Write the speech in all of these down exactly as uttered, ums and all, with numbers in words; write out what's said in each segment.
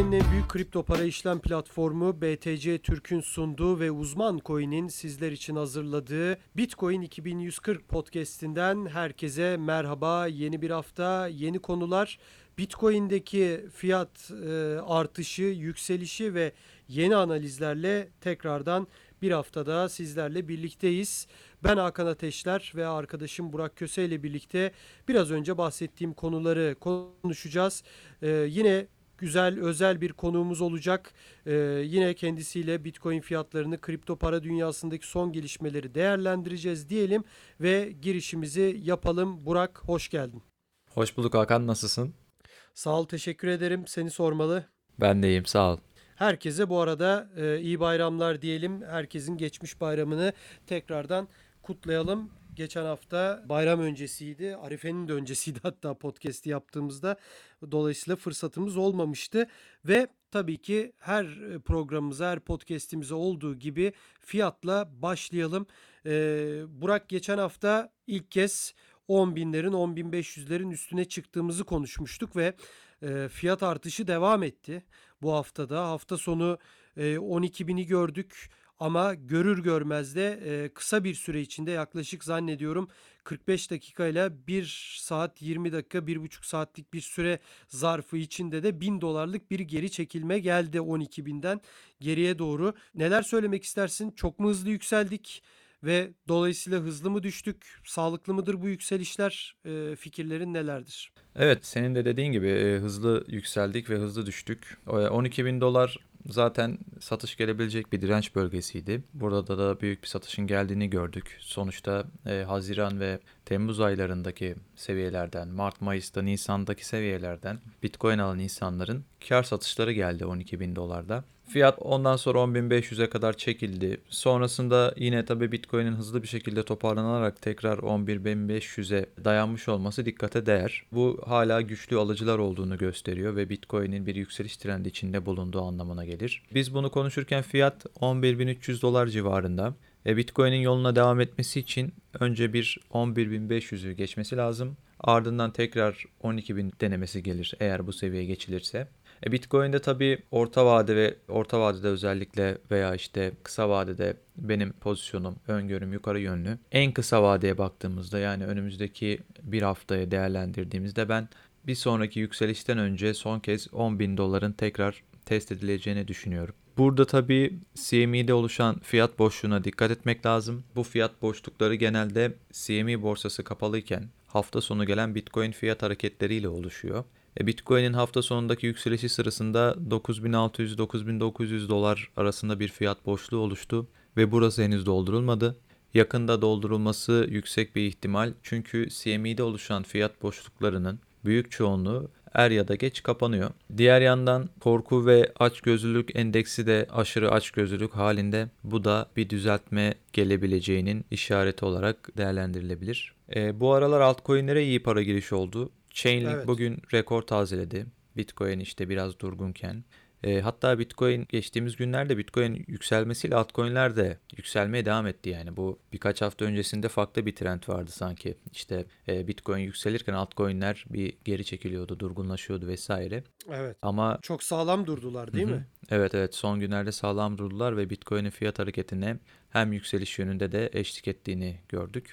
Türkiye'nin en büyük kripto para işlem platformu B T C Türk'ün sunduğu ve Uzman Coin'in sizler için hazırladığı Bitcoin iki bin yüz kırk podcast'inden herkese merhaba. Yeni bir hafta, yeni konular. Bitcoin'deki fiyat e, artışı, yükselişi ve yeni analizlerle tekrardan bir haftada sizlerle birlikteyiz. Ben Hakan Ateşler ve arkadaşım Burak Köse ile birlikte biraz önce bahsettiğim konuları konuşacağız. Ee, yine güzel, özel bir konuğumuz olacak. Ee, yine kendisiyle Bitcoin fiyatlarını, kripto para dünyasındaki son gelişmeleri değerlendireceğiz diyelim ve girişimizi yapalım. Burak, hoş geldin. Hoş bulduk Hakan, nasılsın? Sağ ol, teşekkür ederim. Seni sormalı. Ben de iyiyim, sağ ol. Herkese bu arada e, iyi bayramlar diyelim. Herkesin geçmiş bayramını tekrardan kutlayalım. Geçen hafta bayram öncesiydi. Arife'nin de öncesiydi hatta podcast'i yaptığımızda. Dolayısıyla fırsatımız olmamıştı. Ve tabii ki her programımıza, her podcast'imize olduğu gibi fiyatla başlayalım. Ee, Burak, geçen hafta ilk kez on binlerin, on bin beş yüzlerin üstüne çıktığımızı konuşmuştuk ve e, fiyat artışı devam etti. Bu haftada hafta sonu e, on iki bini gördük. Ama görür görmez de e, kısa bir süre içinde yaklaşık zannediyorum kırk beş dakika ile bir saat yirmi dakika, bir buçuk saatlik bir süre zarfı içinde de bin dolarlık bir geri çekilme geldi on iki binden geriye doğru. Neler söylemek istersin? Çok mu hızlı yükseldik ve dolayısıyla hızlı mı düştük? Sağlıklı mıdır bu yükselişler? E, fikirlerin nelerdir? Evet, senin de dediğin gibi e, hızlı yükseldik ve hızlı düştük. E, on iki bin dolar zaten satış gelebilecek bir direnç bölgesiydi. Burada da büyük bir satışın geldiğini gördük. Sonuçta e, Haziran ve Temmuz aylarındaki seviyelerden, Mart, Mayıs'ta, Nisan'daki seviyelerden Bitcoin alan insanların kar satışları geldi on iki bin dolarda. Fiyat ondan sonra on bin beş yüze kadar çekildi. Sonrasında yine tabii Bitcoin'in hızlı bir şekilde toparlanarak tekrar on bir bin beş yüze dayanmış olması dikkate değer. Bu hala güçlü alıcılar olduğunu gösteriyor ve Bitcoin'in bir yükseliş trendi içinde bulunduğu anlamına gelir. Biz bunu konuşurken fiyat on bir bin üç yüz dolar civarında. E Bitcoin'in yoluna devam etmesi için önce bir on bir bin beş yüzü geçmesi lazım. Ardından tekrar on iki bin denemesi gelir eğer bu seviyeye geçilirse. E Bitcoin'de tabii orta vade ve orta vadede özellikle veya işte kısa vadede benim pozisyonum, öngörüm yukarı yönlü. En kısa vadeye baktığımızda yani önümüzdeki bir haftaya değerlendirdiğimizde ben bir sonraki yükselişten önce son kez on bin doların tekrar test edileceğini düşünüyorum. Burada tabii C M E'de oluşan fiyat boşluğuna dikkat etmek lazım. Bu fiyat boşlukları genelde C M E borsası kapalıyken hafta sonu gelen Bitcoin fiyat hareketleriyle oluşuyor. Bitcoin'in hafta sonundaki yükselişi sırasında dokuz bin altı yüz dokuz bin dokuz yüz dolar arasında bir fiyat boşluğu oluştu ve burası henüz doldurulmadı. Yakında doldurulması yüksek bir ihtimal çünkü C M E'de oluşan fiyat boşluklarının büyük çoğunluğu er ya da geç kapanıyor. Diğer yandan korku ve açgözlülük endeksi de aşırı açgözlülük halinde, bu da bir düzeltme gelebileceğinin işareti olarak değerlendirilebilir. E, bu aralar altcoin'lere iyi para girişi oldu. Chainlink evet. Bugün rekor tazeledi. Bitcoin işte biraz durgunken. E, hatta Bitcoin geçtiğimiz günlerde Bitcoin yükselmesiyle altcoin'ler de yükselmeye devam etti yani. Bu birkaç hafta öncesinde farklı bir trend vardı sanki. İşte e, Bitcoin yükselirken altcoin'ler bir geri çekiliyordu, durgunlaşıyordu vesaire. Evet. Ama çok sağlam durdular değil hı-hı. mi? Evet evet son günlerde sağlam durdular ve Bitcoin'in fiyat hareketine hem yükseliş yönünde de eşlik ettiğini gördük.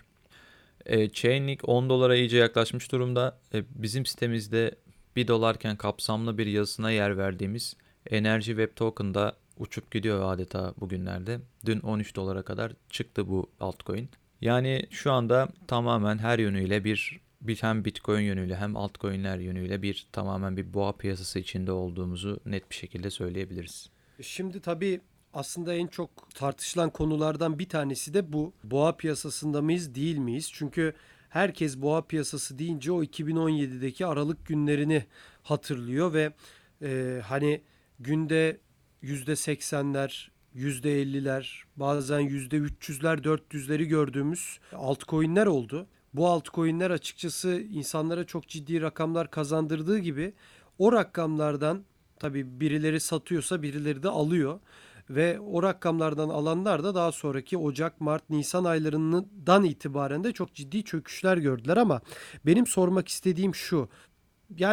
E, Chainlink on dolara iyice yaklaşmış durumda. E, bizim sitemizde bir dolarken kapsamlı bir yazısına yer verdiğimiz Enerji Web Token'da uçup gidiyor adeta bugünlerde. Dün on üç dolara kadar çıktı bu altcoin. Yani şu anda tamamen her yönüyle bir, bir hem Bitcoin yönüyle hem altcoin'ler yönüyle bir tamamen bir boğa piyasası içinde olduğumuzu net bir şekilde söyleyebiliriz. Şimdi tabii aslında en çok tartışılan konulardan bir tanesi de bu. Boğa piyasasında mıyız, değil miyiz? Çünkü herkes boğa piyasası deyince o iki bin on yedideki Aralık günlerini hatırlıyor ve e, hani günde yüzde seksenler, yüzde elliler, bazen yüzde üç yüzler, dört yüzleri gördüğümüz altcoin'ler oldu. Bu altcoin'ler açıkçası insanlara çok ciddi rakamlar kazandırdığı gibi o rakamlardan tabii birileri satıyorsa birileri de alıyor. Ve o rakamlardan alanlar da daha sonraki Ocak, Mart, Nisan aylarından itibaren de çok ciddi çöküşler gördüler ama benim sormak istediğim şu. Yani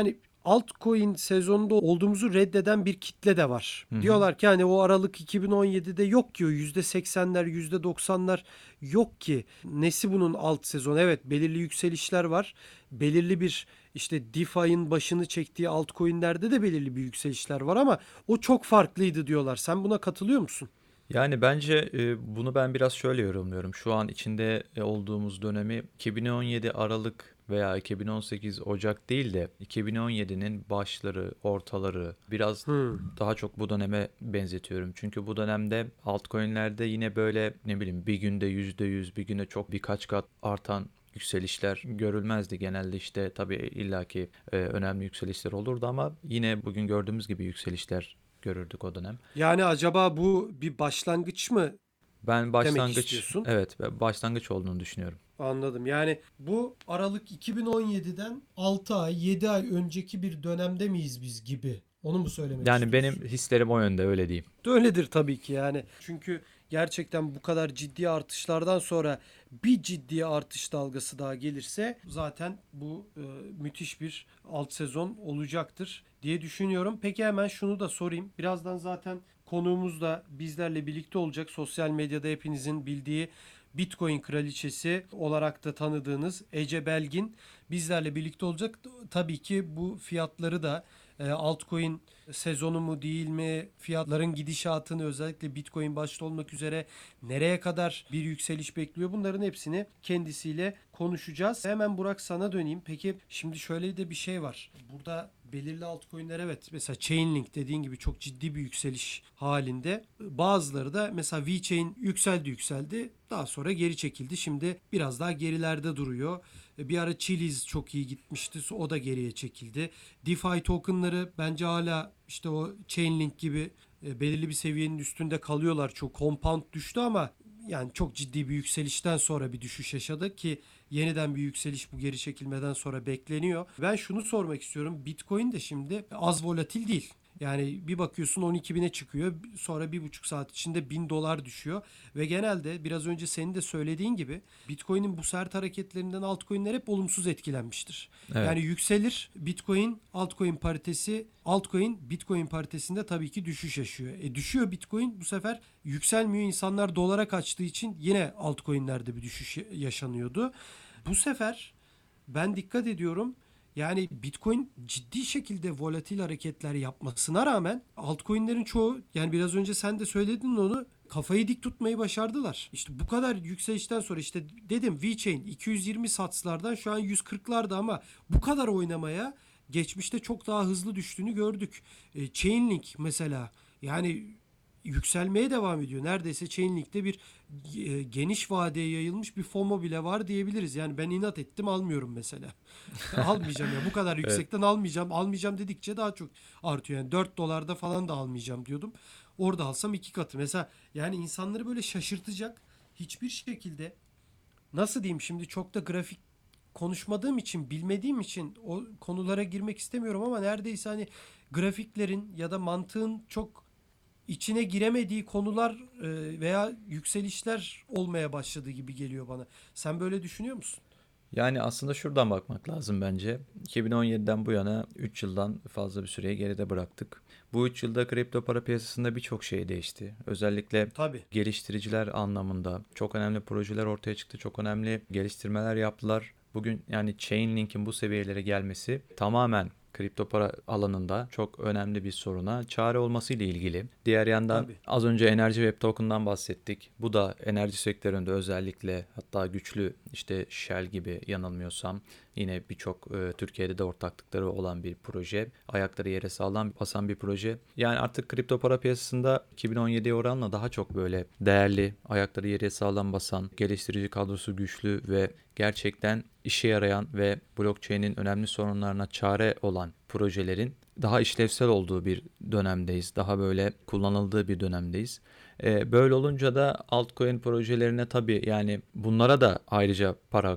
altcoin sezonunda olduğumuzu reddeden bir kitle de var. Hı hı. Diyorlar ki hani o Aralık iki bin on yedide yok ki o yüzde seksenler yüzde doksanlar yok ki. Nesi bunun alt sezon? Evet, belirli yükselişler var. Belirli bir işte DeFi'nin başını çektiği altcoin'lerde de belirli bir yükselişler var ama o çok farklıydı diyorlar. Sen buna katılıyor musun? Yani bence e, bunu ben biraz şöyle yorumluyorum. Şu an içinde e, olduğumuz dönemi iki bin on yedi Aralık veya iki bin on sekiz Ocak değil de iki bin on yedinin başları, ortaları biraz Hmm. daha çok bu döneme benzetiyorum. Çünkü bu dönemde altcoin'lerde yine böyle ne bileyim bir günde yüzde yüz, bir günde çok birkaç kat artan yükselişler görülmezdi. Genelde işte tabii illaki e, önemli yükselişler olurdu ama yine bugün gördüğümüz gibi yükselişler görürdük o dönem. Yani acaba bu bir başlangıç mı Ben demek başlangıç, istiyorsun? evet, ben başlangıç olduğunu düşünüyorum. Anladım. Yani bu Aralık iki bin on yediden altı ay, yedi ay önceki bir dönemde miyiz biz gibi? Onu mu söylemek Yani benim istiyorsun? hislerim o yönde, öyle diyeyim. Öyledir tabii ki yani. Çünkü gerçekten bu kadar ciddi artışlardan sonra bir ciddi artış dalgası daha gelirse zaten bu e, müthiş bir alt sezon olacaktır diye düşünüyorum. Peki hemen şunu da sorayım. Birazdan zaten konuğumuz da bizlerle birlikte olacak. Sosyal medyada hepinizin bildiği Bitcoin kraliçesi olarak da tanıdığınız Ece Belgin bizlerle birlikte olacak. Tabii ki bu fiyatları da e, altcoin sezonu mu değil mi, fiyatların gidişatını özellikle Bitcoin başta olmak üzere nereye kadar bir yükseliş bekliyor, bunların hepsini kendisiyle konuşacağız. Hemen Burak sana döneyim. Peki şimdi şöyle de bir şey var. Burada belirli altcoin'ler, evet, mesela Chainlink dediğin gibi çok ciddi bir yükseliş halinde. Bazıları da mesela VeChain yükseldi yükseldi. Daha sonra geri çekildi. Şimdi biraz daha gerilerde duruyor. Bir ara Chiliz çok iyi gitmişti. O da geriye çekildi. DeFi tokenları bence hala işte o Chainlink gibi e, belirli bir seviyenin üstünde kalıyorlar. Çok compound düştü ama yani çok ciddi bir yükselişten sonra bir düşüş yaşadı ki yeniden bir yükseliş bu geri çekilmeden sonra bekleniyor. Ben şunu sormak istiyorum. Bitcoin de şimdi az volatil değil. Yani bir bakıyorsun on iki bine çıkıyor, sonra bir buçuk saat içinde bin dolar düşüyor ve genelde biraz önce senin de söylediğin gibi Bitcoin'in bu sert hareketlerinden altcoin'ler hep olumsuz etkilenmiştir. Evet. Yani yükselir Bitcoin, altcoin paritesi, altcoin Bitcoin paritesinde tabii ki düşüş yaşıyor. E düşüyor Bitcoin, bu sefer yükselmiyor, insanlar dolara kaçtığı için yine altcoin'lerde bir düşüş yaşanıyordu. Bu sefer ben dikkat ediyorum. Yani Bitcoin ciddi şekilde volatil hareketler yapmasına rağmen altcoin'lerin çoğu, yani biraz önce sen de söyledin onu, kafayı dik tutmayı başardılar. İşte bu kadar yükselişten sonra işte dedim VeChain iki yüz yirmi satslardan şu an yüz kırklarda ama bu kadar oynamaya geçmişte çok daha hızlı düştüğünü gördük. E, Chainlink mesela yani yükselmeye devam ediyor. Neredeyse Chainlink'te bir e, geniş vadeye yayılmış bir FOMO bile var diyebiliriz. Yani ben inat ettim, almıyorum mesela. Almayacağım ya, bu kadar Evet. yüksekten almayacağım. Almayacağım dedikçe daha çok artıyor. Yani dört dolarda falan da almayacağım diyordum. Orada alsam iki katı. Mesela yani insanları böyle şaşırtacak hiçbir şekilde, nasıl diyeyim, şimdi çok da grafik konuşmadığım için, bilmediğim için o konulara girmek istemiyorum ama neredeyse hani grafiklerin ya da mantığın çok içine giremediği konular e, veya yükselişler olmaya başladığı gibi geliyor bana. Sen böyle düşünüyor musun? Yani aslında şuradan bakmak lazım bence. iki bin on yediden bu yana üç yıldan fazla bir süreyi geride bıraktık. Bu üç yılda kripto para piyasasında birçok şey değişti. Özellikle Tabii. geliştiriciler anlamında çok önemli projeler ortaya çıktı. Çok önemli geliştirmeler yaptılar. Bugün yani Chainlink'in bu seviyelere gelmesi tamamen kripto para alanında çok önemli bir soruna çare olması ile ilgili. Diğer yandan Tabii. az önce enerji web token'dan bahsettik. Bu da enerji sektöründe özellikle, hatta güçlü, işte Shell gibi yanılmıyorsam yine birçok e, Türkiye'de de ortaklıkları olan bir proje. Ayakları yere sağlam basan bir proje. Yani artık kripto para piyasasında iki bin on yediye oranla daha çok böyle değerli, ayakları yere sağlam basan, geliştirici kadrosu güçlü ve gerçekten işe yarayan ve blockchain'in önemli sorunlarına çare olan projelerin daha işlevsel olduğu bir dönemdeyiz. Daha böyle kullanıldığı bir dönemdeyiz. Ee, böyle olunca da altcoin projelerine tabii yani bunlara da ayrıca para akıyor.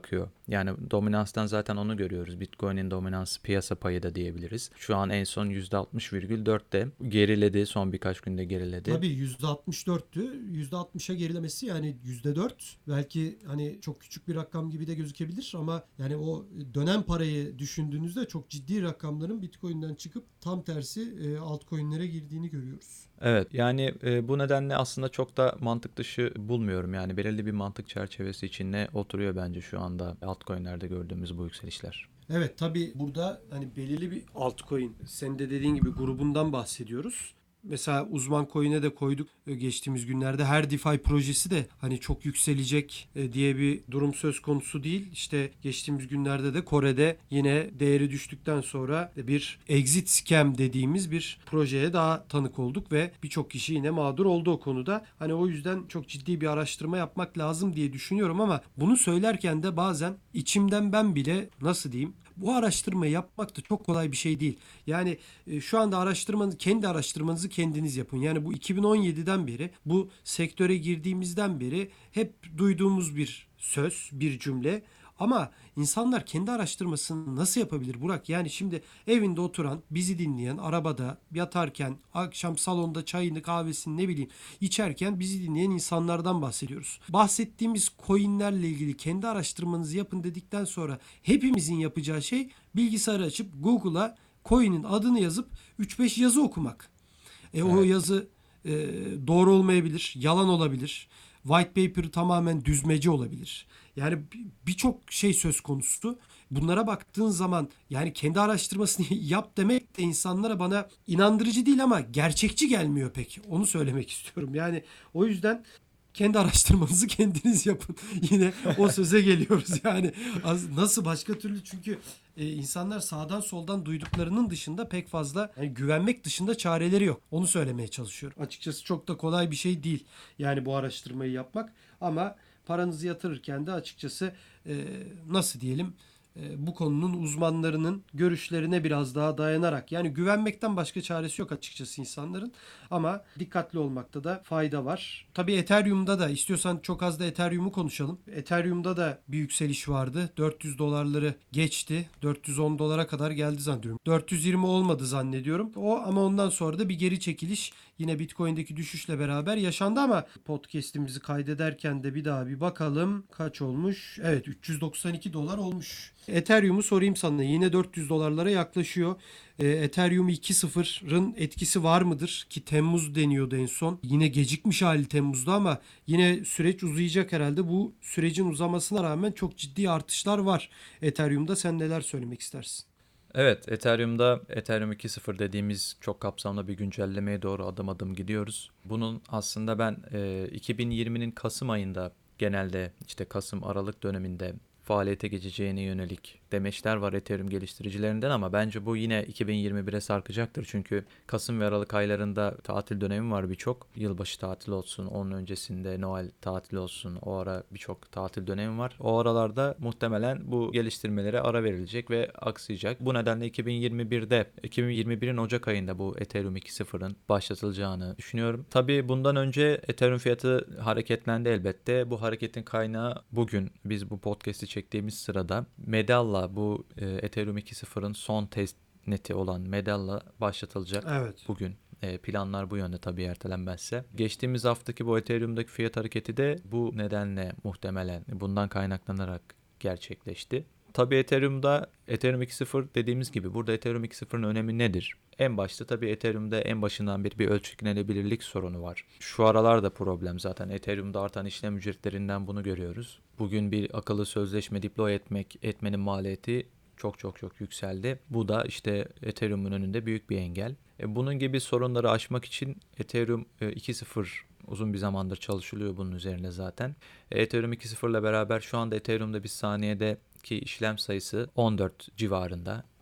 Yani dominanstan zaten onu görüyoruz. Bitcoin'in dominansı piyasa payı da diyebiliriz. Şu an en son yüzde altmış virgül dörtte geriledi. Son birkaç günde geriledi. Tabii yüzde altmış dörttü. yüzde altmışa gerilemesi yani yüzde dört. Belki hani çok küçük bir rakam gibi de gözükebilir ama yani o dönem parayı düşündüğünüzde çok ciddi rakamların Bitcoin'den çıkıp tam tersi e, altcoin'lere girdiğini görüyoruz. Evet, yani e, bu nedenle aslında çok da mantık dışı bulmuyorum. Yani belirli bir mantık çerçevesi içinde oturuyor bence şu anda altcoin'lerde gördüğümüz bu yükselişler. Evet, tabii burada hani belirli bir altcoin, senin de dediğin gibi grubundan bahsediyoruz. Mesela uzman coin'e de koyduk e, geçtiğimiz günlerde. Her DeFi projesi de hani çok yükselecek e, diye bir durum söz konusu değil. İşte geçtiğimiz günlerde de Kore'de yine değeri düştükten sonra bir exit scam dediğimiz bir projeye daha tanık olduk ve birçok kişi yine mağdur oldu o konuda. Hani o yüzden çok ciddi bir araştırma yapmak lazım diye düşünüyorum ama bunu söylerken de bazen içimden ben bile nasıl diyeyim, bu araştırmayı yapmak da çok kolay bir şey değil. Yani e, şu anda araştırmanızı, kendi araştırmanızı kendiniz yapın. Yani bu iki bin on yediden beri, bu sektöre girdiğimizden beri hep duyduğumuz bir söz, bir cümle. Ama insanlar kendi araştırmasını nasıl yapabilir Burak? Yani şimdi evinde oturan, bizi dinleyen, arabada yatarken, akşam salonda çayını, kahvesini ne bileyim içerken bizi dinleyen insanlardan bahsediyoruz. Bahsettiğimiz coinlerle ilgili kendi araştırmanızı yapın dedikten sonra hepimizin yapacağı şey bilgisayarı açıp Google'a coin'in adını yazıp üç beş yazı okumak. E, o Evet. yazı e, doğru olmayabilir, yalan olabilir. White paper tamamen düzmece olabilir. Yani bi- birçok şey söz konusu. Bunlara baktığın zaman yani kendi araştırmasını yap demek de insanlara, bana inandırıcı değil ama gerçekçi gelmiyor pek. Onu söylemek istiyorum. Yani o yüzden kendi araştırmanızı kendiniz yapın. Yine o söze geliyoruz yani. Az- Nasıl başka türlü, çünkü e, insanlar sağdan soldan duyduklarının dışında pek fazla, yani güvenmek dışında çareleri yok. Onu söylemeye çalışıyorum. Açıkçası çok da kolay bir şey değil yani bu araştırmayı yapmak, ama paranızı yatırırken de açıkçası e, nasıl diyelim, e, bu konunun uzmanlarının görüşlerine biraz daha dayanarak, yani güvenmekten başka çaresi yok açıkçası insanların, ama dikkatli olmakta da fayda var. Tabii Ethereum'da da, istiyorsan çok az da Ethereum'u konuşalım. Ethereum'da da bir yükseliş vardı. dört yüz dolarları geçti. dört yüz on dolara kadar geldi zannediyorum. dört yüz yirmi olmadı zannediyorum. O, ama ondan sonra da bir geri çekiliş yine Bitcoin'deki düşüşle beraber yaşandı, ama podcast'imizi kaydederken de bir daha bir bakalım kaç olmuş. Evet, üç yüz doksan iki dolar olmuş. Ethereum'u sorayım sana. Yine dört yüz dolarlara yaklaşıyor. E, Ethereum iki nokta sıfırın etkisi var mıdır? Ki Temmuz deniyordu en son. Yine gecikmiş hali Temmuz'da ama yine süreç uzayacak herhalde. Bu sürecin uzamasına rağmen çok ciddi artışlar var Ethereum'da. Sen neler söylemek istersin? Evet, Ethereum'da Ethereum iki nokta sıfır dediğimiz çok kapsamlı bir güncellemeye doğru adım adım gidiyoruz. Bunun aslında ben e, iki bin yirminin Kasım ayında, genelde işte Kasım-Aralık döneminde faaliyete geçeceğine yönelik demeçler var Ethereum geliştiricilerinden, ama bence bu yine iki bin yirmi bire sarkacaktır. Çünkü Kasım ve Aralık aylarında tatil dönemi var birçok. Yılbaşı tatili olsun, onun öncesinde Noel tatili olsun, o ara birçok tatil dönemi var. O aralarda muhtemelen bu geliştirmelere ara verilecek ve aksayacak. Bu nedenle iki bin yirmi birde, iki bin yirmi birin Ocak ayında bu Ethereum iki nokta sıfırın başlatılacağını düşünüyorum. Tabii bundan önce Ethereum fiyatı hareketlendi elbette. Bu hareketin kaynağı bugün biz bu podcast'i çektiğimiz sırada Medalla, bu e, Ethereum iki nokta sıfırın son testneti olan Medalla başlatılacak. Evet. Bugün e, planlar bu yönde tabii, ertelenmezse. Geçtiğimiz haftaki bu Ethereum'daki fiyat hareketi de bu nedenle muhtemelen bundan kaynaklanarak gerçekleşti. Tabii Ethereum'da Ethereum iki nokta sıfır dediğimiz gibi, burada Ethereum iki nokta sıfırın önemi nedir? En başta tabii Ethereum'da en başından beri bir ölçeklenebilirlik sorunu var. Şu aralar da problem zaten. Ethereum'da artan işlem ücretlerinden bunu görüyoruz. Bugün bir akıllı sözleşme deploy etmek, etmenin maliyeti çok çok çok yükseldi. Bu da işte Ethereum'un önünde büyük bir engel. E, bunun gibi sorunları aşmak için Ethereum e, iki nokta sıfır uzun bir zamandır çalışılıyor bunun üzerine zaten. E, Ethereum iki nokta sıfır ile beraber şu anda Ethereum'da bir saniyede ki işlem sayısı on dört civarında.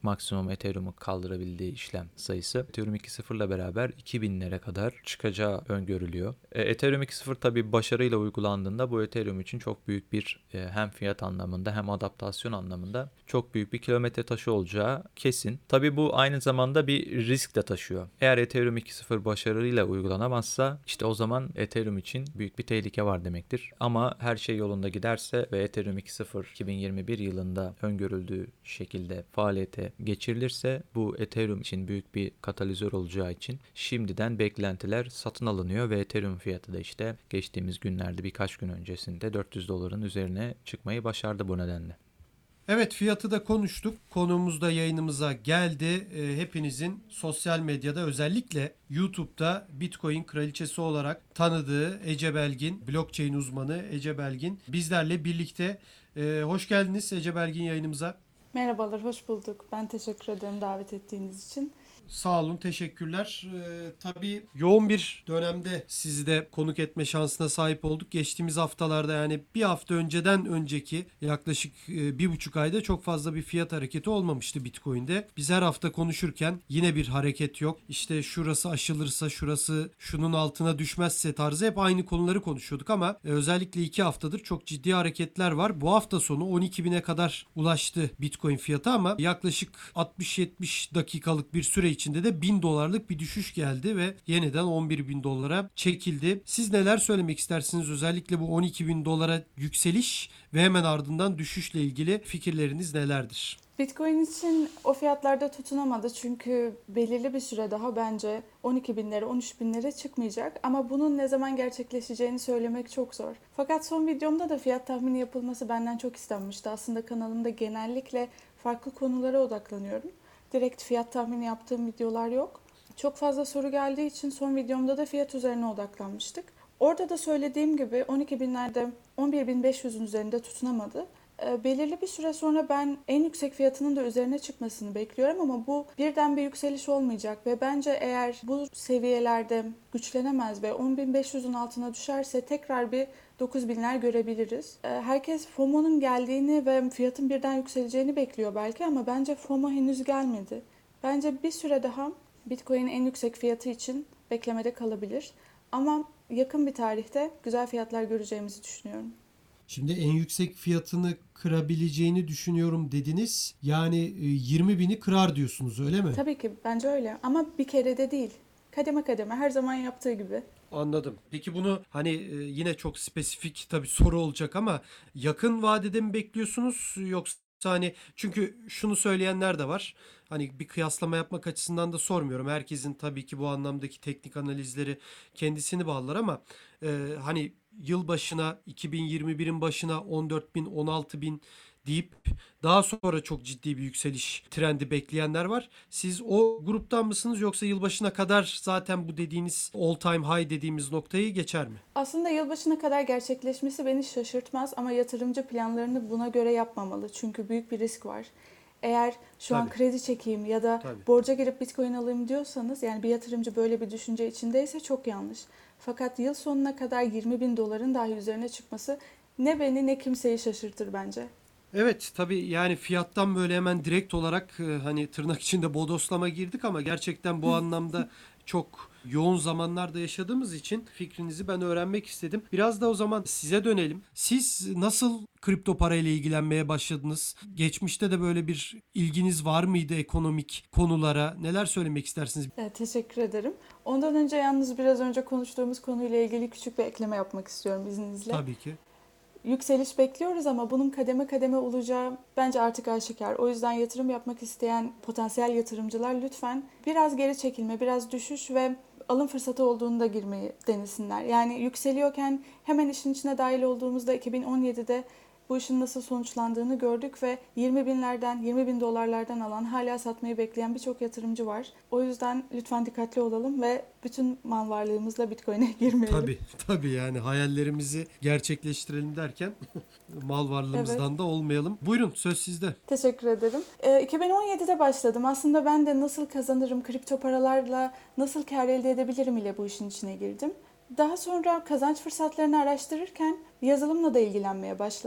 maksimum Ethereum'u kaldırabildiği işlem sayısı. Ethereum iki nokta sıfır ile beraber iki binlere kadar çıkacağı öngörülüyor. E, Ethereum iki nokta sıfır tabii başarıyla uygulandığında bu Ethereum için çok büyük bir e, hem fiyat anlamında hem adaptasyon anlamında çok büyük bir kilometre taşı olacağı kesin. Tabii bu aynı zamanda bir risk de taşıyor. Eğer Ethereum iki nokta sıfır başarıyla uygulanamazsa işte o zaman Ethereum için büyük bir tehlike var demektir. Ama her şey yolunda giderse ve Ethereum iki nokta sıfır iki bin yirmi bir yılında öngörüldüğü şekilde faaliyete geçirilirse bu Ethereum için büyük bir katalizör olacağı için şimdiden beklentiler satın alınıyor ve Ethereum fiyatı da işte geçtiğimiz günlerde birkaç gün öncesinde dört yüz doların üzerine çıkmayı başardı bu nedenle. Evet, fiyatı da konuştuk. Konuğumuz da yayınımıza geldi. E, hepinizin sosyal medyada özellikle YouTube'da Bitcoin kraliçesi olarak tanıdığı Ece Belgin, blockchain uzmanı Ece Belgin bizlerle birlikte. E, hoş geldiniz Ece Belgin yayınımıza. Merhabalar, hoş bulduk. Ben teşekkür ederim davet ettiğiniz için. Sağ olun, teşekkürler. Ee, tabii yoğun bir dönemde sizi de konuk etme şansına sahip olduk. Geçtiğimiz haftalarda yani bir hafta önceden önceki yaklaşık e, bir buçuk ayda çok fazla bir fiyat hareketi olmamıştı Bitcoin'de. Biz her hafta konuşurken yine bir hareket yok. İşte şurası aşılırsa, şurası şunun altına düşmezse tarzı hep aynı konuları konuşuyorduk ama e, özellikle iki haftadır çok ciddi hareketler var. Bu hafta sonu on iki bine kadar ulaştı Bitcoin fiyatı ama yaklaşık altmış yetmiş dakikalık bir süre içinde de bin dolarlık bir düşüş geldi ve yeniden on bir bin dolara çekildi. Siz neler söylemek istersiniz? Özellikle bu on iki bin dolara yükseliş ve hemen ardından düşüşle ilgili fikirleriniz nelerdir? Bitcoin için o fiyatlarda tutunamadı çünkü belirli bir süre daha bence on iki binlere, on üç binlere çıkmayacak. Ama bunun ne zaman gerçekleşeceğini söylemek çok zor. Fakat son videomda da fiyat tahmini yapılması benden çok istenmişti. Aslında kanalımda genellikle farklı konulara odaklanıyorum. Direkt fiyat tahmini yaptığım videolar yok. Çok fazla soru geldiği için son videomda da fiyat üzerine odaklanmıştık. Orada da söylediğim gibi on iki binlerde on bir bin beş yüzün üzerinde tutunamadı. E, belirli bir süre sonra ben en yüksek fiyatının da üzerine çıkmasını bekliyorum ama bu birden bir yükseliş olmayacak ve bence eğer bu seviyelerde güçlenemez ve on bin beş yüzün altına düşerse tekrar bir dokuz binler görebiliriz. E, herkes FOMO'nun geldiğini ve fiyatın birden yükseleceğini bekliyor belki ama bence FOMO henüz gelmedi. Bence bir süre daha Bitcoin'in en yüksek fiyatı için beklemede kalabilir ama yakın bir tarihte güzel fiyatlar göreceğimizi düşünüyorum. Şimdi en yüksek fiyatını kırabileceğini düşünüyorum dediniz. Yani yirmi bini kırar diyorsunuz, öyle mi? Tabii ki bence öyle ama bir kere de değil. Kademe kademe her zaman yaptığı gibi. Anladım. Peki bunu hani e, yine çok spesifik tabii soru olacak ama yakın vadede mi bekliyorsunuz yoksa hani çünkü şunu söyleyenler de var. Hani bir kıyaslama yapmak açısından da sormuyorum. Herkesin tabii ki bu anlamdaki teknik analizleri kendisini bağlar ama e, hani yıl başına iki bin yirmi birin başına on dört bin on altı bin deyip daha sonra çok ciddi bir yükseliş trendi bekleyenler var. Siz o gruptan mısınız yoksa yılbaşına kadar zaten bu dediğiniz all time high dediğimiz noktayı geçer mi? Aslında yılbaşına kadar gerçekleşmesi beni şaşırtmaz ama yatırımcı planlarını buna göre yapmamalı. Çünkü büyük bir risk var. Eğer şu an Tabii. kredi çekeyim ya da Tabii. borca girip Bitcoin alayım diyorsanız yani bir yatırımcı böyle bir düşünce içindeyse çok yanlış. Fakat yıl sonuna kadar yirmi bin doların dahi üzerine çıkması ne beni ne kimseyi şaşırtır bence. Evet, tabii yani fiyattan böyle hemen direkt olarak e, hani tırnak içinde bodoslama girdik ama gerçekten bu anlamda çok yoğun zamanlarda yaşadığımız için fikrinizi ben öğrenmek istedim. Biraz da o zaman size dönelim. Siz nasıl kripto parayla ilgilenmeye başladınız? Geçmişte de böyle bir ilginiz var mıydı ekonomik konulara? Neler söylemek istersiniz? Evet, teşekkür ederim. Ondan önce yalnız biraz önce konuştuğumuz konuyla ilgili küçük bir ekleme yapmak istiyorum izninizle. Tabii ki. Yükseliş bekliyoruz ama bunun kademe kademe olacağı bence artık aşikar. O yüzden yatırım yapmak isteyen potansiyel yatırımcılar lütfen biraz geri çekilme, biraz düşüş ve alım fırsatı olduğunda girmeyi denesinler. Yani yükseliyorken hemen işin içine dahil olduğumuzda iki bin on yedide bu işin nasıl sonuçlandığını gördük ve yirmi binlerden, yirmi bin dolarlardan alan, hala satmayı bekleyen birçok yatırımcı var. O yüzden lütfen dikkatli olalım ve bütün mal varlığımızla Bitcoin'e girmeyelim. Tabii, tabii yani hayallerimizi gerçekleştirelim derken mal varlığımızdan Evet. da olmayalım. Buyurun, söz sizde. Teşekkür ederim. Ee, iki bin on yedide başladım. Aslında ben de nasıl kazanırım, kripto paralarla nasıl kâr elde edebilirim ile bu işin içine girdim. Daha sonra kazanç fırsatlarını araştırırken yazılımla da ilgilenmeye başladım.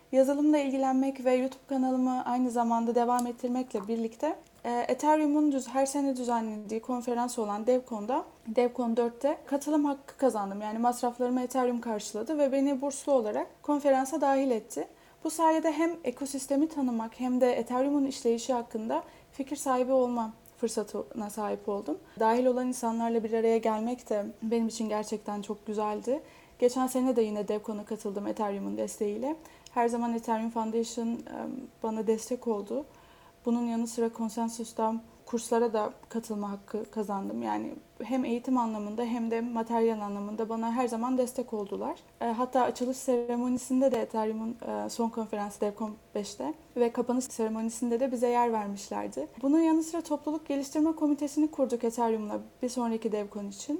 yazılımla ilgilenmek ve YouTube kanalımı aynı zamanda devam ettirmekle birlikte e, Ethereum'un düz, her sene düzenlediği konferans olan DevCon'da, DevCon dörtte katılım hakkı kazandım. Yani masraflarımı Ethereum karşıladı ve beni burslu olarak konferansa dahil etti. Bu sayede hem ekosistemi tanımak hem de Ethereum'un işleyişi hakkında fikir sahibi olma fırsatına sahip oldum. Dahil olan insanlarla bir araya gelmek de benim için gerçekten çok güzeldi. Geçen sene de yine DevCon'a katıldım Ethereum'un desteğiyle. Her zaman Ethereum Foundation bana destek oldu. Bunun yanı sıra Consensus'ta kurslara da katılma hakkı kazandım. Yani hem eğitim anlamında hem de materyal anlamında bana her zaman destek oldular. Hatta açılış seremonisinde de Ethereum'un son konferansı DevCon beşte ve kapanış seremonisinde de bize yer vermişlerdi. Bunun yanı sıra topluluk geliştirme komitesini kurduk Ethereum'la bir sonraki DevCon için.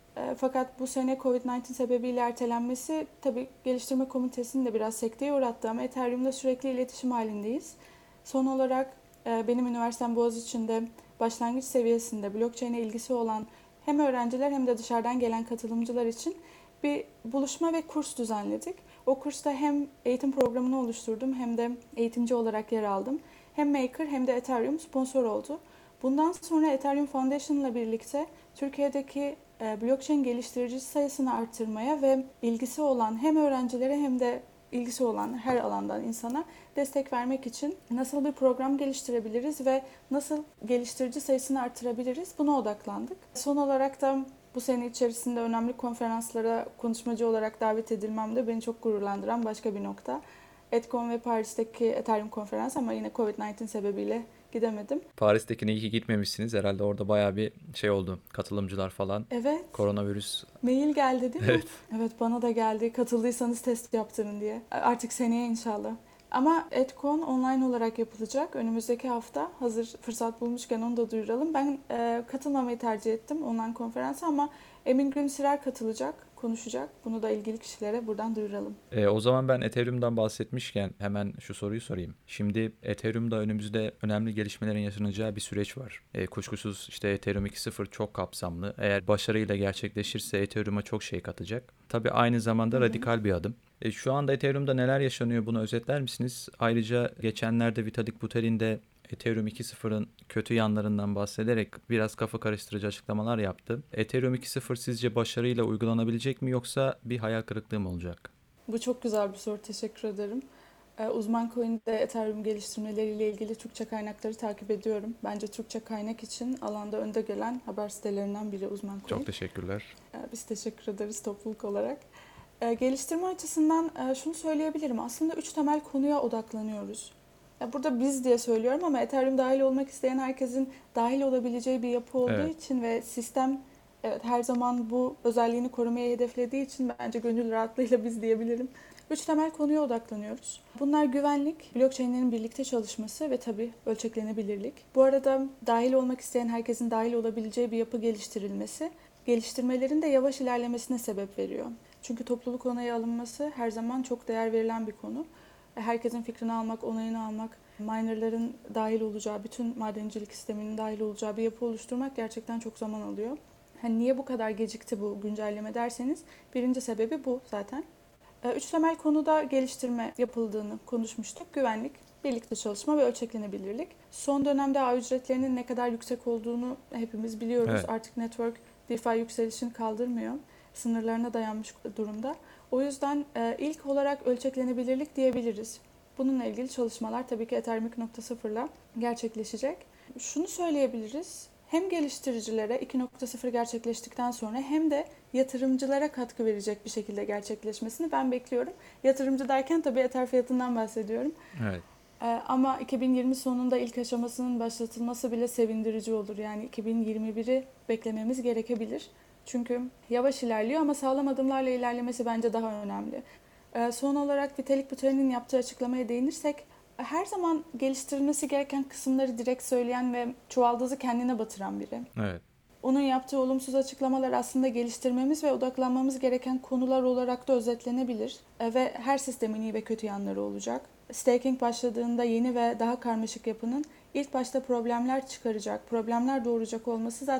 Fakat bu sene covid on dokuz sebebiyle ertelenmesi tabii geliştirme komitesini de biraz sekteye uğrattı ama Ethereum'la sürekli iletişim halindeyiz. Son olarak benim üniversitem Boğaziçi'nde başlangıç seviyesinde blockchain'e ilgisi olan hem öğrenciler hem de dışarıdan gelen katılımcılar için bir buluşma ve kurs düzenledik. O kursta hem eğitim programını oluşturdum hem de eğitimci olarak yer aldım. Hem Maker hem de Ethereum sponsor oldu. Bundan sonra Ethereum Foundation ile birlikte Türkiye'deki blockchain geliştirici sayısını arttırmaya ve ilgisi olan hem öğrencilere hem de ilgisi olan her alandan insana destek vermek için nasıl bir program geliştirebiliriz ve nasıl geliştirici sayısını arttırabiliriz buna odaklandık. Son olarak da bu sene içerisinde önemli konferanslara konuşmacı olarak davet edilmem de beni çok gururlandıran başka bir nokta. Edcon ve Paris'teki Ethereum konferans ama yine covid on dokuz sebebiyle gidemedim. Paris'tekine iyi ki gitmemişsiniz. Herhalde orada bayağı bir şey oldu. Katılımcılar falan. Evet. Koronavirüs. Mail geldi değil mi? Evet. Evet bana da geldi. Katıldıysanız test yaptırın diye. Artık seneye inşallah. Ama Edcon online olarak yapılacak. Önümüzdeki hafta hazır fırsat bulmuşken onu da duyuralım. Ben e, katılmamayı tercih ettim online konferansa ama Emin Günsirer katılacak, konuşacak. Bunu da ilgili kişilere buradan duyuralım. E, o zaman ben Ethereum'dan bahsetmişken hemen şu soruyu sorayım. Şimdi Ethereum'da önümüzde önemli gelişmelerin yaşanacağı bir süreç var. E, kuşkusuz işte Ethereum iki nokta sıfır çok kapsamlı. Eğer başarıyla gerçekleşirse Ethereum'a çok şey katacak. Tabii aynı zamanda Hı-hı. radikal bir adım. E, şu anda Ethereum'da neler yaşanıyor bunu özetler misiniz? Ayrıca geçenlerde Vitalik Buterin de Ethereum iki nokta sıfırın kötü yanlarından bahsederek biraz kafa karıştırıcı açıklamalar yaptı. Ethereum iki nokta sıfır sizce başarıyla uygulanabilecek mi yoksa bir hayal kırıklığı mı olacak? Bu çok güzel bir soru. Teşekkür ederim. Ee, Uzman Coin'de Ethereum geliştirmeleriyle ilgili Türkçe kaynakları takip ediyorum. Bence Türkçe kaynak için alanda önde gelen haber sitelerinden biri Uzman Coin. Çok teşekkürler. Ee, biz teşekkür ederiz topluluk olarak. Ee, geliştirme açısından e, şunu söyleyebilirim. Aslında üç temel konuya odaklanıyoruz. Ya burada biz diye söylüyorum ama Ethereum dahil olmak isteyen herkesin dahil olabileceği bir yapı olduğu Evet. için ve sistem evet her zaman bu özelliğini korumayı hedeflediği için bence gönül rahatlığıyla biz diyebilirim. Üç temel konuya odaklanıyoruz. Bunlar güvenlik, blockchain'lerin birlikte çalışması ve tabii ölçeklenebilirlik. Bu arada dahil olmak isteyen herkesin dahil olabileceği bir yapı geliştirilmesi, geliştirmelerin de yavaş ilerlemesine sebep veriyor. Çünkü topluluk onayı alınması her zaman çok değer verilen bir konu. Herkesin fikrini almak, onayını almak, minerların dahil olacağı, bütün madencilik sisteminin dahil olacağı bir yapı oluşturmak gerçekten çok zaman alıyor. Hani niye bu kadar gecikti bu güncelleme derseniz, birinci sebebi bu zaten. Üç temel konuda geliştirme yapıldığını konuşmuştuk. Güvenlik, birlikte çalışma ve ölçeklenebilirlik. Son dönemde ağ ücretlerinin ne kadar yüksek olduğunu hepimiz biliyoruz. Evet. Artık network DeFi yükselişini kaldırmıyor. Sınırlarına dayanmış durumda. O yüzden e, ilk olarak ölçeklenebilirlik diyebiliriz. Bununla ilgili çalışmalar tabii ki Ethereum iki nokta sıfırla gerçekleşecek. Şunu söyleyebiliriz. Hem geliştiricilere iki nokta sıfır gerçekleştikten sonra hem de yatırımcılara katkı verecek bir şekilde gerçekleşmesini ben bekliyorum. Yatırımcı derken tabii Ether fiyatından bahsediyorum. Evet. Ee, ama iki bin yirmi sonunda ilk aşamasının başlatılması bile sevindirici olur. Yani iki bin yirmi biri beklememiz gerekebilir. Çünkü yavaş ilerliyor ama sağlam adımlarla ilerlemesi bence daha önemli. Ee, son olarak Vitalik Buterin'in yaptığı açıklamaya değinirsek, her zaman geliştirilmesi gereken kısımları direkt söyleyen ve çuvaldızı kendine batıran biri. Evet. Onun yaptığı olumsuz açıklamalar aslında geliştirmemiz ve odaklanmamız gereken konular olarak da özetlenebilir. E, ve her sistemin iyi ve kötü yanları olacak. Staking başladığında yeni ve daha karmaşık yapının ilk başta problemler çıkaracak, problemler doğuracak olması zaten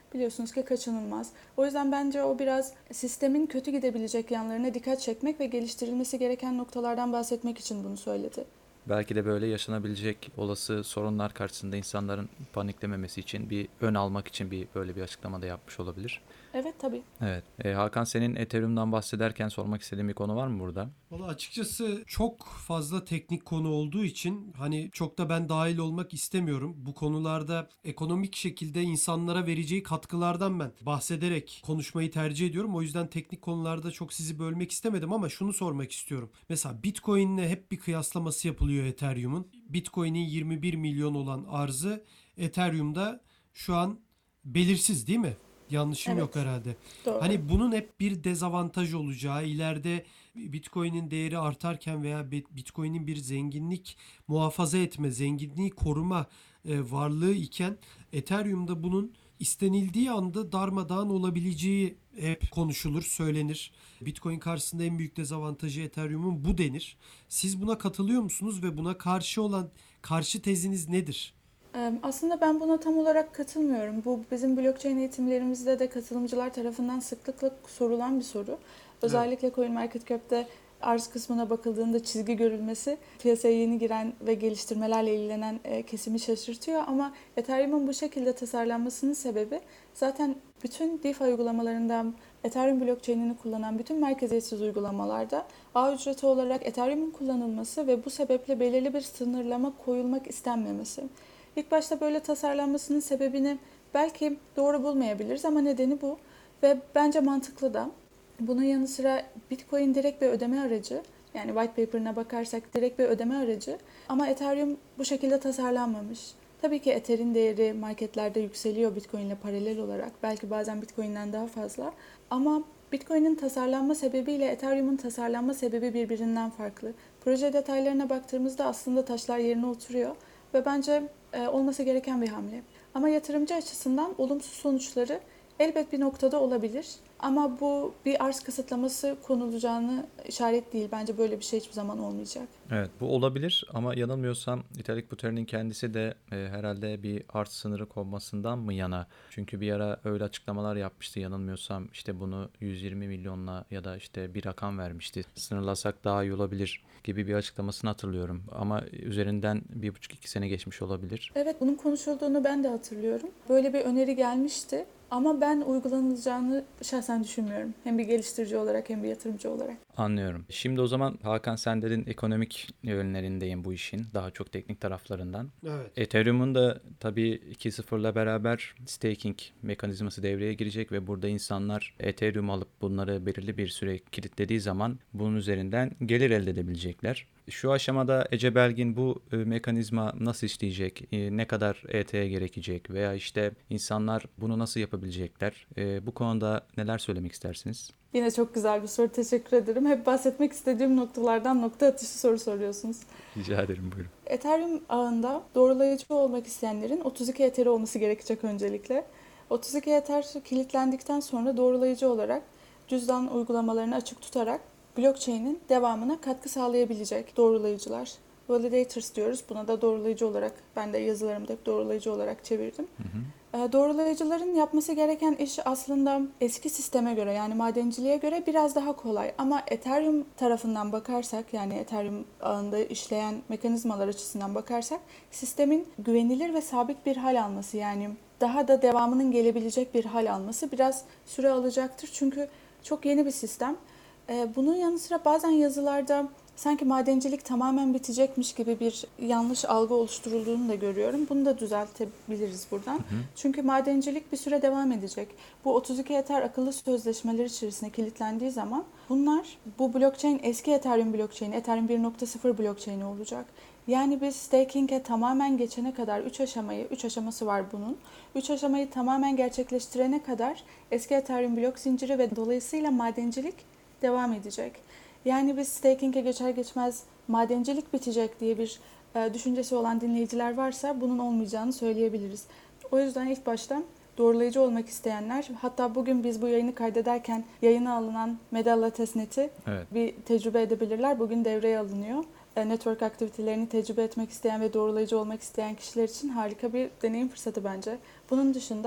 biliyorsunuz ki kaçınılmaz. O yüzden bence o biraz sistemin kötü gidebilecek yanlarına dikkat çekmek ve geliştirilmesi gereken noktalardan bahsetmek için bunu söyledi. Belki de böyle yaşanabilecek olası sorunlar karşısında insanların paniklememesi için bir ön almak için bir böyle bir açıklama da yapmış olabilir. Evet tabii. Evet. E, Hakan, senin Ethereum'dan bahsederken sormak istediğin bir konu var mı burada? Valla açıkçası çok fazla teknik konu olduğu için hani çok da ben dahil olmak istemiyorum. Bu konularda ekonomik şekilde insanlara vereceği katkılardan ben bahsederek konuşmayı tercih ediyorum. O yüzden teknik konularda çok sizi bölmek istemedim ama şunu sormak istiyorum. Mesela Bitcoin'le hep bir kıyaslaması yapılıyor Ethereum'un. Bitcoin'in yirmi bir milyon olan arzı Ethereum'da şu an belirsiz değil mi? Yanlışım Evet. yok herhalde. Doğru. Hani bunun hep bir dezavantaj olacağı, ileride Bitcoin'in değeri artarken veya Bitcoin'in bir zenginlik muhafaza etme, zenginliği koruma e, varlığı iken Ethereum'da bunun istenildiği anda darmadağın olabileceği hep konuşulur, söylenir. Bitcoin karşısında en büyük dezavantajı Ethereum'un bu denir. Siz buna katılıyor musunuz ve buna karşı olan karşı teziniz nedir? Ee, Aslında ben buna tam olarak katılmıyorum. Bu bizim blockchain eğitimlerimizde de katılımcılar tarafından sıklıkla sorulan bir soru. Özellikle CoinMarketCap'te arz kısmına bakıldığında çizgi görülmesi piyasaya yeni giren ve geliştirmelerle ilgilenen e, kesimi şaşırtıyor. Ama Ethereum'un bu şekilde tasarlanmasının sebebi zaten bütün DeFi uygulamalarından Ethereum blockchain'ini kullanan bütün merkeziyetsiz uygulamalarda ağ ücreti olarak Ethereum'un kullanılması ve bu sebeple belirli bir sınırlama koyulmak istenmemesi. İlk başta böyle tasarlanmasının sebebini belki doğru bulmayabiliriz ama nedeni bu ve bence mantıklı da. Bunun yanı sıra Bitcoin direkt bir ödeme aracı, yani white paper'ına bakarsak direkt bir ödeme aracı ama Ethereum bu şekilde tasarlanmamış. Tabii ki Ether'in değeri marketlerde yükseliyor Bitcoin ile paralel olarak, belki bazen Bitcoin'den daha fazla ama Bitcoin'in tasarlanma sebebiyle Ethereum'un tasarlanma sebebi birbirinden farklı. Proje detaylarına baktığımızda aslında taşlar yerine oturuyor ve bence e, olması gereken bir hamle. Ama yatırımcı açısından olumsuz sonuçları elbet bir noktada olabilir. Ama bu bir arz kısıtlaması konulacağını işaret değil. Bence böyle bir şey hiçbir zaman olmayacak. Evet, bu olabilir ama yanılmıyorsam Vitalik Buterin'in kendisi de e, herhalde bir arz sınırı konmasından mı yana? Çünkü bir ara öyle açıklamalar yapmıştı yanılmıyorsam, işte bunu yüz yirmi milyonla ya da işte bir rakam vermişti. Sınırlasak daha iyi olabilir gibi bir açıklamasını hatırlıyorum. Ama üzerinden bir buçuk iki sene geçmiş olabilir. Evet, bunun konuşulduğunu ben de hatırlıyorum. Böyle bir öneri gelmişti. Ama ben uygulanacağını şahsen düşünmüyorum. Hem bir geliştirici olarak hem bir yatırımcı olarak. Anlıyorum. Şimdi o zaman Hakan, sen dedin ekonomik yönlerindeyim bu işin. Daha çok teknik taraflarından. Evet. Ethereum'un da tabii iki nokta sıfırla beraber staking mekanizması devreye girecek ve burada insanlar Ethereum alıp bunları belirli bir süre kilitlediği zaman bunun üzerinden gelir elde edebilecekler. Şu aşamada Ece Belgin, bu e, mekanizma nasıl işleyecek, e, ne kadar E T H gerekecek veya işte insanlar bunu nasıl yapabilecekler? E, bu konuda neler söylemek istersiniz? Yine çok güzel bir soru. Teşekkür ederim. Hep bahsetmek istediğim noktalardan nokta atışı soru soruyorsunuz. Rica ederim, buyurun. Ethereum ağında doğrulayıcı olmak isteyenlerin otuz iki Ether'i olması gerekecek öncelikle. otuz iki Ether kilitlendikten sonra doğrulayıcı olarak cüzdan uygulamalarını açık tutarak blockchain'in devamına katkı sağlayabilecek doğrulayıcılar. Validators diyoruz. Buna da doğrulayıcı olarak, ben de yazılarımda doğrulayıcı olarak çevirdim. Hı hı. Doğrulayıcıların yapması gereken iş aslında eski sisteme göre, yani madenciliğe göre biraz daha kolay. Ama Ethereum tarafından bakarsak, yani Ethereum ağında işleyen mekanizmalar açısından bakarsak, sistemin güvenilir ve sabit bir hal alması, yani daha da devamının gelebilecek bir hal alması biraz süre alacaktır. Çünkü çok yeni bir sistem. Bunun yanı sıra bazen yazılarda sanki madencilik tamamen bitecekmiş gibi bir yanlış algı oluşturulduğunu da görüyorum. Bunu da düzeltebiliriz buradan. Hı hı. Çünkü madencilik bir süre devam edecek. Bu otuz iki Ether akıllı sözleşmeler içerisine kilitlendiği zaman bunlar, bu blockchain eski Ethereum blockchain, Ethereum bir nokta sıfır blockchain'i olacak. Yani biz staking'e tamamen geçene kadar üç aşamayı, üç aşaması var bunun. üç aşamayı tamamen gerçekleştirene kadar eski Ethereum blok zinciri ve dolayısıyla madencilik devam edecek. Yani biz staking'e geçer geçmez madencilik bitecek diye bir e, düşüncesi olan dinleyiciler varsa bunun olmayacağını söyleyebiliriz. O yüzden ilk başta doğrulayıcı olmak isteyenler, hatta bugün biz bu yayını kaydederken yayına alınan Medalla testnet'i evet. bir tecrübe edebilirler. Bugün devreye alınıyor. E, network aktivitelerini tecrübe etmek isteyen ve doğrulayıcı olmak isteyen kişiler için harika bir deneyim fırsatı bence. Bunun dışında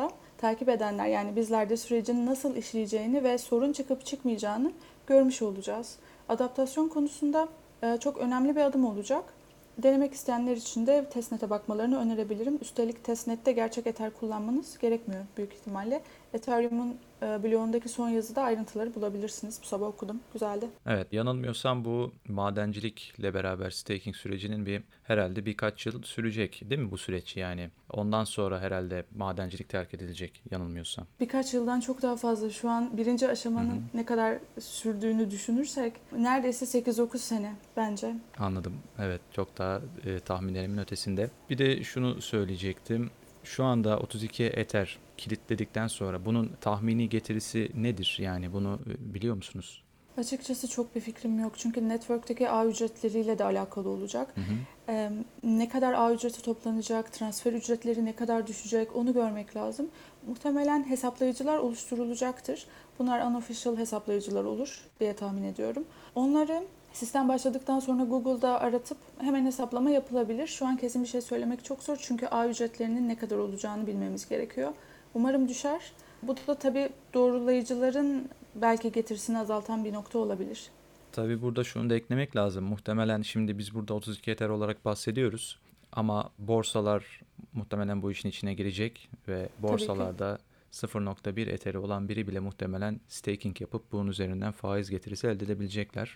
takip edenler, yani bizler de sürecin nasıl işleyeceğini ve sorun çıkıp çıkmayacağını görmüş olacağız. Adaptasyon konusunda e, çok önemli bir adım olacak. Denemek isteyenler için de testnet'e bakmalarını önerebilirim. Üstelik testnet'te gerçek Ether kullanmanız gerekmiyor büyük ihtimalle. Ethereum'un e, bloğundaki son yazıda ayrıntıları bulabilirsiniz. Bu sabah okudum. Güzeldi. Evet, yanılmıyorsam bu madencilikle beraber staking sürecinin bir herhalde birkaç yıl sürecek değil mi bu süreç yani? Ondan sonra herhalde madencilik terk edilecek yanılmıyorsam. Birkaç yıldan çok daha fazla. Şu an birinci aşamanın Hı hı. ne kadar sürdüğünü düşünürsek neredeyse sekiz dokuz sene bence. Anladım. Evet, çok daha e, tahminlerimin ötesinde. Bir de şunu söyleyecektim. Şu anda otuz iki Ether kilitledikten sonra bunun tahmini getirisi nedir? Yani bunu e, biliyor musunuz? Açıkçası çok bir fikrim yok. Çünkü network'teki ağ ücretleriyle de alakalı olacak. Hı hı. Ee, ne kadar ağ ücreti toplanacak, transfer ücretleri ne kadar düşecek onu görmek lazım. Muhtemelen hesaplayıcılar oluşturulacaktır. Bunlar unofficial hesaplayıcılar olur diye tahmin ediyorum. Onları sistem başladıktan sonra Google'da aratıp hemen hesaplama yapılabilir. Şu an kesin bir şey söylemek çok zor çünkü ağ ücretlerinin ne kadar olacağını bilmemiz gerekiyor. Umarım düşer. Bu da tabii doğrulayıcıların belki getirisini azaltan bir nokta olabilir. Tabii burada şunu da eklemek lazım. Muhtemelen şimdi biz burada otuz iki Ether olarak bahsediyoruz. Ama borsalar muhtemelen bu işin içine girecek ve borsalarda sıfır nokta bir Ether'i olan biri bile muhtemelen staking yapıp bunun üzerinden faiz getirisi elde edebilecekler.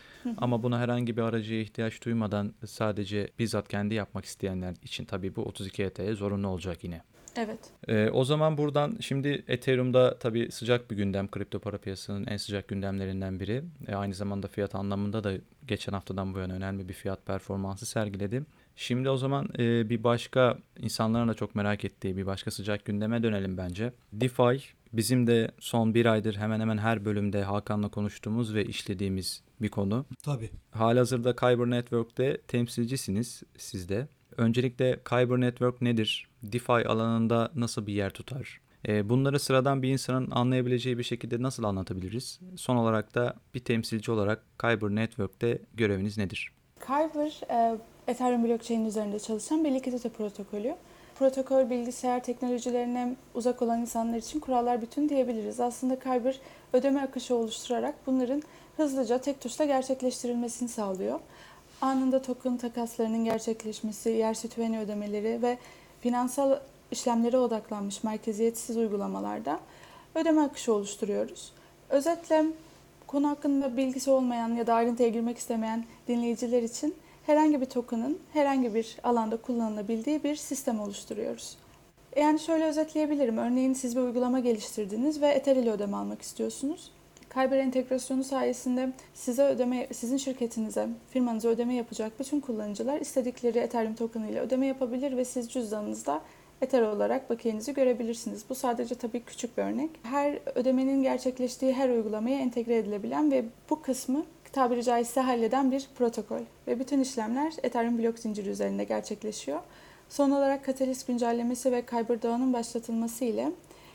Ama buna herhangi bir aracıya ihtiyaç duymadan sadece bizzat kendi yapmak isteyenler için tabii bu otuz iki Ether'e zorunlu olacak yine. Evet. Ee, o zaman buradan şimdi Ethereum'da tabii sıcak bir gündem, kripto para piyasasının en sıcak gündemlerinden biri. E, aynı zamanda fiyat anlamında da geçen haftadan bu yana önemli bir fiyat performansı sergiledi. Şimdi o zaman e, bir başka insanların da çok merak ettiği bir başka sıcak gündeme dönelim bence. DeFi bizim de son bir aydır hemen hemen her bölümde Hakan'la konuştuğumuz ve işlediğimiz bir konu. Tabii. Halihazırda Kyber Network'te temsilcisiniz siz de. Öncelikle Kyber Network nedir? DeFi alanında nasıl bir yer tutar? E, bunları sıradan bir insanın anlayabileceği bir şekilde nasıl anlatabiliriz? Son olarak da bir temsilci olarak Kyber Network'te göreviniz nedir? Kyber, e, Ethereum blockchain üzerinde çalışan bir likidite protokolü. Protokol bilgisayar teknolojilerine uzak olan insanlar için kurallar bütün diyebiliriz. Aslında Kyber ödeme akışı oluşturarak bunların hızlıca tek tuşla gerçekleştirilmesini sağlıyor. Anında token takaslarının gerçekleşmesi, yer sütüveni ödemeleri ve finansal işlemlere odaklanmış merkeziyetsiz uygulamalarda ödeme akışı oluşturuyoruz. Özetle konu hakkında bilgisi olmayan ya da ayrıntıya girmek istemeyen dinleyiciler için herhangi bir token'ın herhangi bir alanda kullanılabildiği bir sistem oluşturuyoruz. Yani şöyle özetleyebilirim. Örneğin siz bir uygulama geliştirdiniz ve Ether ile ödeme almak istiyorsunuz. Kyber entegrasyonu sayesinde size ödeme, sizin şirketinize, firmanıza ödeme yapacak bütün kullanıcılar istedikleri Ethereum token ile ödeme yapabilir ve siz cüzdanınızda Ether olarak bakiyenizi görebilirsiniz. Bu sadece tabii küçük bir örnek. Her ödemenin gerçekleştiği her uygulamaya entegre edilebilen ve bu kısmı tabiri caizse halleden bir protokol. Ve bütün işlemler Ethereum blok zinciri üzerinde gerçekleşiyor. Son olarak Catalyst güncellemesi ve Kyber Dağı'nın başlatılması ile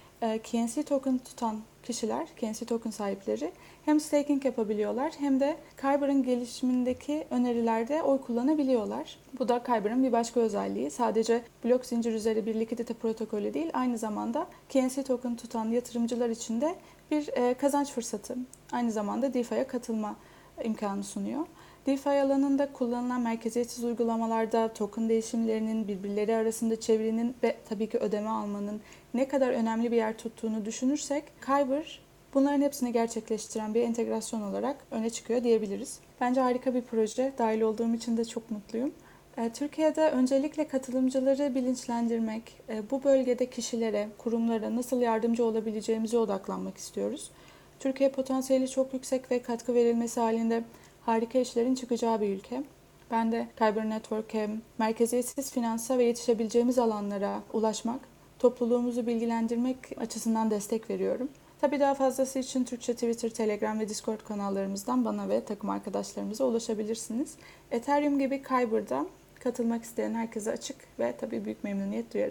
K N C token tutan kişiler, K N C token sahipleri hem staking yapabiliyorlar hem de Kyber'ın gelişimindeki önerilerde oy kullanabiliyorlar. Bu da Kyber'ın bir başka özelliği. Sadece blok zincir üzeri bir likidite protokolü değil, aynı zamanda K N C token tutan yatırımcılar için de bir kazanç fırsatı. Aynı zamanda DeFi'ye katılma imkanı sunuyor. DeFi alanında kullanılan merkeziyetsiz uygulamalarda token değişimlerinin, birbirleri arasında çevirinin ve tabii ki ödeme almanın ne kadar önemli bir yer tuttuğunu düşünürsek Kyber bunların hepsini gerçekleştiren bir entegrasyon olarak öne çıkıyor diyebiliriz. Bence harika bir proje. Dahil olduğum için de çok mutluyum. Türkiye'de öncelikle katılımcıları bilinçlendirmek, bu bölgede kişilere, kurumlara nasıl yardımcı olabileceğimize odaklanmak istiyoruz. Türkiye potansiyeli çok yüksek ve katkı verilmesi halinde harika işlerin çıkacağı bir ülke. Ben de Kyber Network'e, merkeziyetsiz finansa ve yetişebileceğimiz alanlara ulaşmak, topluluğumuzu bilgilendirmek açısından destek veriyorum. Tabii daha fazlası için Türkçe Twitter, Telegram ve Discord kanallarımızdan bana ve takım arkadaşlarımıza ulaşabilirsiniz. Ethereum gibi Kyber'da katılmak isteyen herkese açık ve tabii büyük memnuniyet duyarız.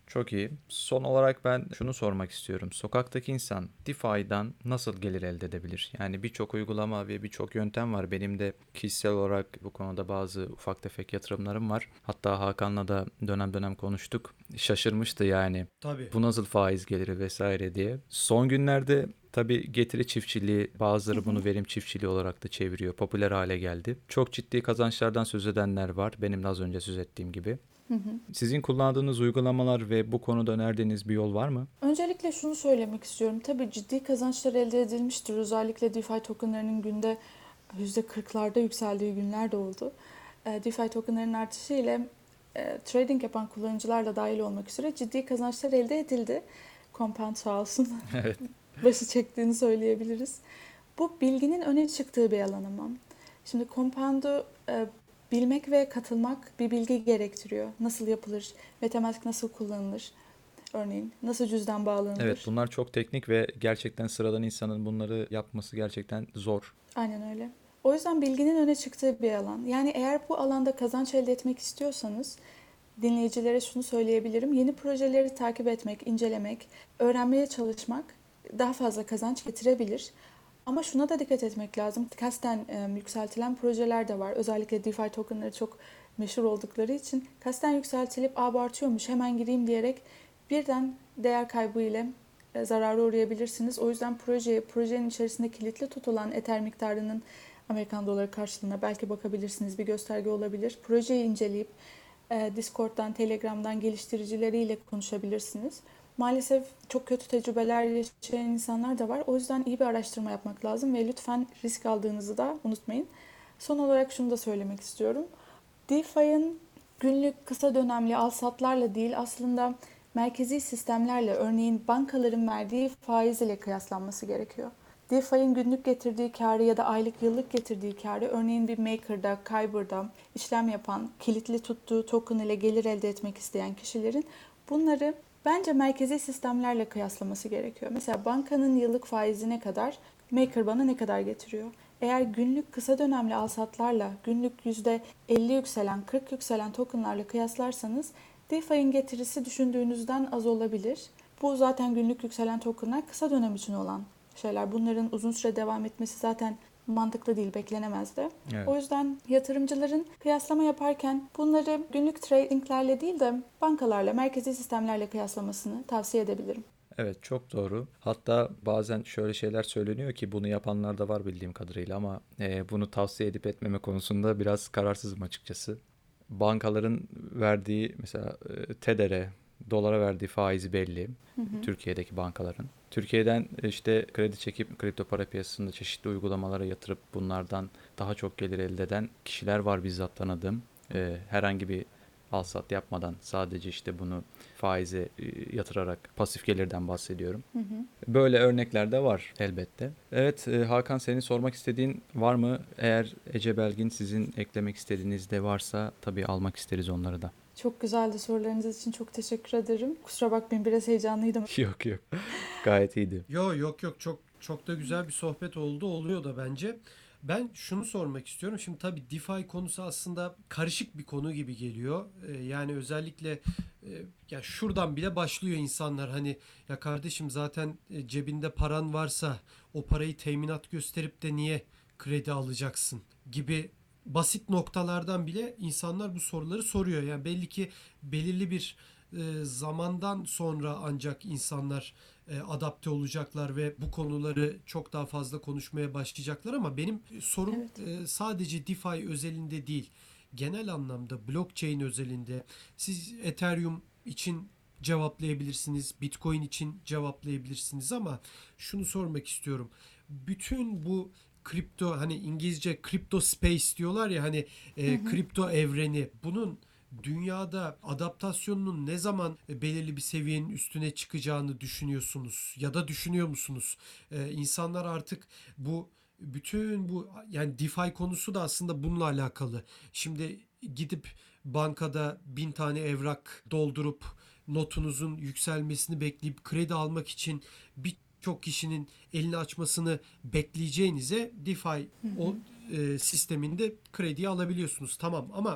Çok iyi. Son olarak ben şunu sormak istiyorum. Sokaktaki insan DeFi'den nasıl gelir elde edebilir? Yani birçok uygulama ve birçok yöntem var. Benim de kişisel olarak bu konuda bazı ufak tefek yatırımlarım var. Hatta Hakan'la da dönem dönem konuştuk. Şaşırmıştı yani. Tabii. Bu nasıl faiz geliri vesaire diye. Son günlerde tabii getiri çiftçiliği, bazıları bunu verim çiftçiliği olarak da çeviriyor. Popüler hale geldi. Çok ciddi kazançlardan söz edenler var. Benim de az önce söz ettiğim gibi. Hı hı. Sizin kullandığınız uygulamalar ve bu konuda önerdiğiniz bir yol var mı? Öncelikle şunu söylemek istiyorum. Tabii ciddi kazançlar elde edilmiştir. Özellikle DeFi tokenlarının günde yüzde kırklarda yükseldiği günler de oldu. E, DeFi tokenların artışı ile e, trading yapan kullanıcılar da dahil olmak üzere ciddi kazançlar elde edildi. Compound sağ olsun. Evet. Başı çektiğini söyleyebiliriz. Bu bilginin öne çıktığı bir alan ama. Şimdi Compound'u e, bilmek ve katılmak bir bilgi gerektiriyor. Nasıl yapılır? MetaMask nasıl kullanılır? Örneğin nasıl cüzdan bağlanılır? Evet, bunlar çok teknik ve gerçekten sıradan insanın bunları yapması gerçekten zor. Aynen öyle. O yüzden bilginin öne çıktığı bir alan. Yani eğer bu alanda kazanç elde etmek istiyorsanız dinleyicilere şunu söyleyebilirim. Yeni projeleri takip etmek, incelemek, öğrenmeye çalışmak daha fazla kazanç getirebilir. Ama şuna da dikkat etmek lazım. Kasten e, yükseltilen projeler de var. Özellikle DeFi tokenları çok meşhur oldukları için kasten yükseltilip abartıyormuş hemen gireyim diyerek birden değer kaybı ile e, zarara uğrayabilirsiniz. O yüzden projeye, projenin içerisinde kilitli tutulan Ether miktarının Amerikan doları karşılığına belki bakabilirsiniz. Bir gösterge olabilir. Projeyi inceleyip e, Discord'dan, Telegram'dan geliştiricileriyle konuşabilirsiniz. Maalesef çok kötü tecrübeler yaşayan insanlar da var. O yüzden iyi bir araştırma yapmak lazım ve lütfen risk aldığınızı da unutmayın. Son olarak şunu da söylemek istiyorum. DeFi'nin günlük kısa dönemli al-satlarla değil aslında merkezi sistemlerle, örneğin bankaların verdiği faiz ile kıyaslanması gerekiyor. DeFi'nin günlük getirdiği karı ya da aylık yıllık getirdiği karı örneğin bir Maker'da, Kyber'da işlem yapan, kilitli tuttuğu token ile gelir elde etmek isteyen kişilerin bunları bence merkezi sistemlerle kıyaslaması gerekiyor. Mesela bankanın yıllık faizi ne kadar, Maker bana ne kadar getiriyor? Eğer günlük kısa dönemli alsatlarla günlük yüzde elli yükselen, kırk yükselen tokenlarla kıyaslarsanız DeFi'nin getirisi düşündüğünüzden az olabilir. Bu zaten günlük yükselen tokenlar kısa dönem için olan şeyler. Bunların uzun süre devam etmesi zaten mantıklı değil, beklenemez de. Evet. O yüzden yatırımcıların kıyaslama yaparken bunları günlük tradinglerle değil de bankalarla, merkezi sistemlerle kıyaslamasını tavsiye edebilirim. Evet, çok doğru. Hatta bazen şöyle şeyler söyleniyor ki bunu yapanlar da var bildiğim kadarıyla ama e, bunu tavsiye edip etmeme konusunda biraz kararsızım açıkçası. Bankaların verdiği mesela e, T D R, dolara verdiği faizi belli. Hı hı. Türkiye'deki bankaların. Türkiye'den işte kredi çekip kripto para piyasasında çeşitli uygulamalara yatırıp bunlardan daha çok gelir elde eden kişiler var bizzat tanıdığım. Ee, herhangi bir alsat yapmadan sadece işte bunu faize e, yatırarak pasif gelirden bahsediyorum. Hı hı. Böyle örnekler de var elbette. Evet e, Hakan, senin sormak istediğin var mı? Eğer Ece Belgin sizin eklemek istediğiniz de varsa tabii almak isteriz onları da. Çok güzeldi, sorularınız için çok teşekkür ederim. Kusura bakmayın, biraz heyecanlıydım. Yok yok. Gayet iyiydi. Yo yok yok çok çok da güzel bir sohbet oldu. Oluyor da bence. Ben şunu sormak istiyorum. Şimdi tabii DeFi konusu aslında karışık bir konu gibi geliyor. Ee, yani özellikle e, ya şuradan bile başlıyor insanlar. Hani ya kardeşim zaten e, cebinde paran varsa o parayı teminat gösterip de niye kredi alacaksın gibi basit noktalardan bile insanlar bu soruları soruyor. Yani belli ki belirli bir e, zamandan sonra ancak insanlar e, adapte olacaklar ve bu konuları çok daha fazla konuşmaya başlayacaklar ama benim sorum Evet. e, sadece DeFi özelinde değil, genel anlamda blockchain özelinde siz Ethereum için cevaplayabilirsiniz, Bitcoin için cevaplayabilirsiniz ama şunu sormak istiyorum. Bütün bu kripto, hani İngilizce kripto space diyorlar ya, hani e, kripto evreni, bunun dünyada adaptasyonunun ne zaman e, belirli bir seviyenin üstüne çıkacağını düşünüyorsunuz ya da düşünüyor musunuz? Ee, insanlar artık bu bütün bu, yani DeFi konusu da aslında bununla alakalı. Şimdi gidip bankada bin tane evrak doldurup notunuzun yükselmesini bekleyip kredi almak için birçok kişinin elini açmasını bekleyeceğinize DeFi o e, sisteminde krediyi alabiliyorsunuz. Tamam ama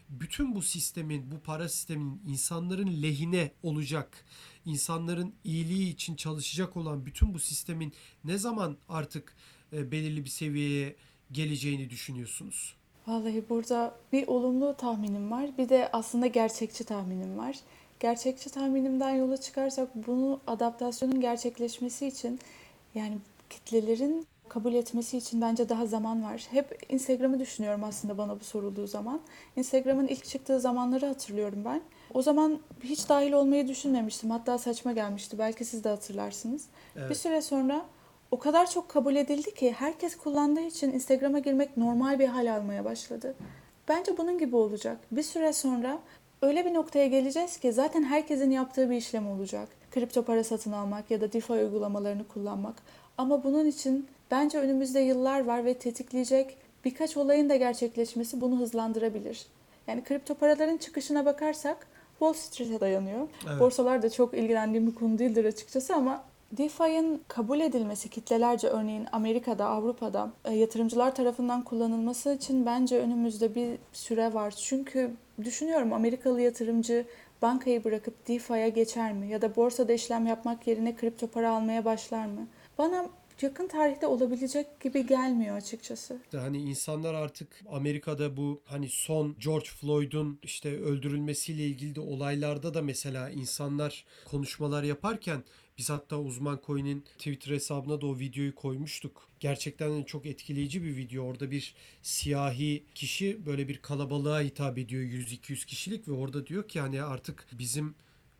bütün bu sistemin, bu para sisteminin insanların lehine olacak, insanların iyiliği için çalışacak olan bütün bu sistemin ne zaman artık e, belirli bir seviyeye geleceğini düşünüyorsunuz? Vallahi burada bir olumlu tahminim var, bir de aslında gerçekçi tahminim var. Gerçekçi tahminimden yola çıkarsak bunu adaptasyonun gerçekleşmesi için yani kitlelerin kabul etmesi için bence daha zaman var. Hep Instagram'ı düşünüyorum aslında bana bu sorulduğu zaman. Instagram'ın ilk çıktığı zamanları hatırlıyorum ben. O zaman hiç dahil olmayı düşünmemiştim. Hatta saçma gelmişti. Belki siz de hatırlarsınız. Evet. Bir süre sonra o kadar çok kabul edildi ki herkes kullandığı için Instagram'a girmek normal bir hal almaya başladı. Bence bunun gibi olacak. Bir süre sonra öyle bir noktaya geleceğiz ki zaten herkesin yaptığı bir işlem olacak. Kripto para satın almak ya da DeFi uygulamalarını kullanmak. Ama bunun için bence önümüzde yıllar var ve tetikleyecek birkaç olayın da gerçekleşmesi bunu hızlandırabilir. Yani kripto paraların çıkışına bakarsak Wall Street'e dayanıyor. Evet. Borsalar da çok ilgilendiğim bir konu değildir açıkçası ama DeFi'nin kabul edilmesi kitlelerce örneğin Amerika'da, Avrupa'da e, yatırımcılar tarafından kullanılması için bence önümüzde bir süre var. Çünkü düşünüyorum Amerikalı yatırımcı bankayı bırakıp DeFi'ye geçer mi? Ya da borsada işlem yapmak yerine kripto para almaya başlar mı? Bana yakın tarihte olabilecek gibi gelmiyor açıkçası. Hani insanlar artık Amerika'da bu hani son George Floyd'un işte öldürülmesiyle ilgili de olaylarda da mesela insanlar konuşmalar yaparken biz hatta Uzman Coin'in Twitter hesabına da o videoyu koymuştuk. Gerçekten de çok etkileyici bir video. Orada bir siyahi kişi böyle bir kalabalığa hitap ediyor, yüz iki yüz kişilik, ve orada diyor ki hani artık bizim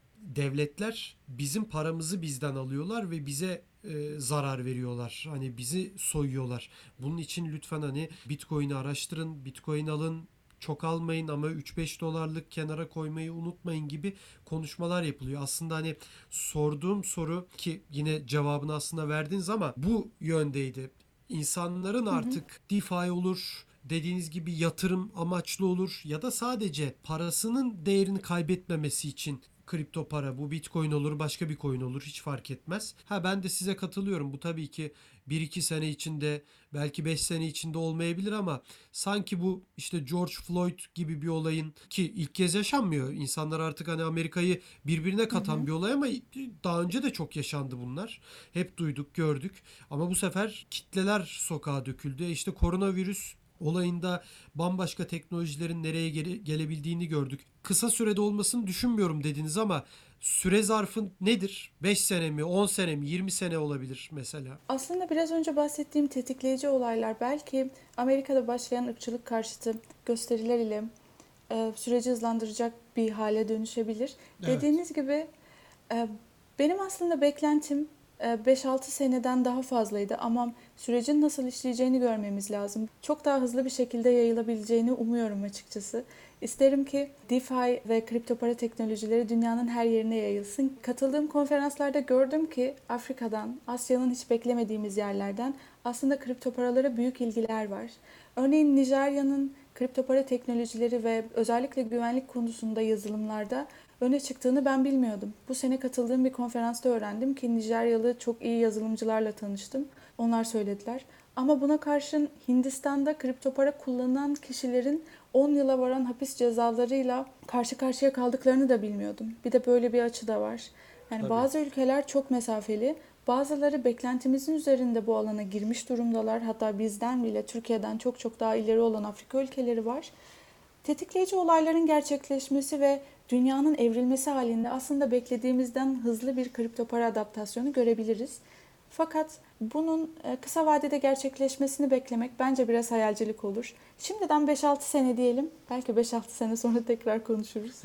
devletler bizim paramızı bizden alıyorlar ve bize e, zarar veriyorlar. Hani bizi soyuyorlar. Bunun için lütfen hani Bitcoin'i araştırın, Bitcoin alın, çok almayın ama üç beş dolarlık kenara koymayı unutmayın gibi konuşmalar yapılıyor. Aslında hani sorduğum soru, ki yine cevabını aslında verdiniz ama bu yöndeydi. İnsanların artık DeFi olur, dediğiniz gibi yatırım amaçlı olur ya da sadece parasının değerini kaybetmemesi için kripto para, bu Bitcoin olur, başka bir coin olur, hiç fark etmez. Ha, ben de size katılıyorum. Bu tabii ki bir iki sene içinde, belki beş sene içinde olmayabilir ama sanki bu işte George Floyd gibi bir olayın, ki ilk kez yaşanmıyor. İnsanlar artık hani Amerika'yı birbirine katan Hı hı. bir olay ama daha önce de çok yaşandı bunlar. Hep duyduk, gördük. Ama bu sefer kitleler sokağa döküldü. İşte koronavirüs olayında bambaşka teknolojilerin nereye gele- gelebildiğini gördük. Kısa sürede olmasını düşünmüyorum dediniz ama süre zarfı nedir? beş sene mi, on sene mi, yirmi sene olabilir mesela. Aslında biraz önce bahsettiğim tetikleyici olaylar belki Amerika'da başlayan ırkçılık karşıtı gösteriler ile e, süreci hızlandıracak bir hale dönüşebilir. Evet. Dediğiniz gibi e, benim aslında beklentim e, beş altı seneden daha fazlaydı ama sürecin nasıl işleyeceğini görmemiz lazım. Çok daha hızlı bir şekilde yayılabileceğini umuyorum açıkçası. İsterim ki DeFi ve kripto para teknolojileri dünyanın her yerine yayılsın. Katıldığım konferanslarda gördüm ki Afrika'dan, Asya'nın hiç beklemediğimiz yerlerden aslında kripto paralara büyük ilgiler var. Örneğin Nijerya'nın kripto para teknolojileri ve özellikle güvenlik konusunda yazılımlarda öne çıktığını ben bilmiyordum. Bu sene katıldığım bir konferansta öğrendim ki Nijeryalı çok iyi yazılımcılarla tanıştım. Onlar söylediler. Ama buna karşın Hindistan'da kripto para kullanan kişilerin on yıla varan hapis cezalarıyla karşı karşıya kaldıklarını da bilmiyordum. Bir de böyle bir açı da var. Yani Tabii. bazı ülkeler çok mesafeli, bazıları beklentimizin üzerinde bu alana girmiş durumdalar. Hatta bizden bile Türkiye'den çok çok daha ileri olan Afrika ülkeleri var. Tetikleyici olayların gerçekleşmesi ve dünyanın evrilmesi halinde aslında beklediğimizden hızlı bir kripto para adaptasyonu görebiliriz. Fakat bunun kısa vadede gerçekleşmesini beklemek bence biraz hayalcilik olur. Şimdiden beş altı sene diyelim. Belki beş altı sene sonra tekrar konuşuruz.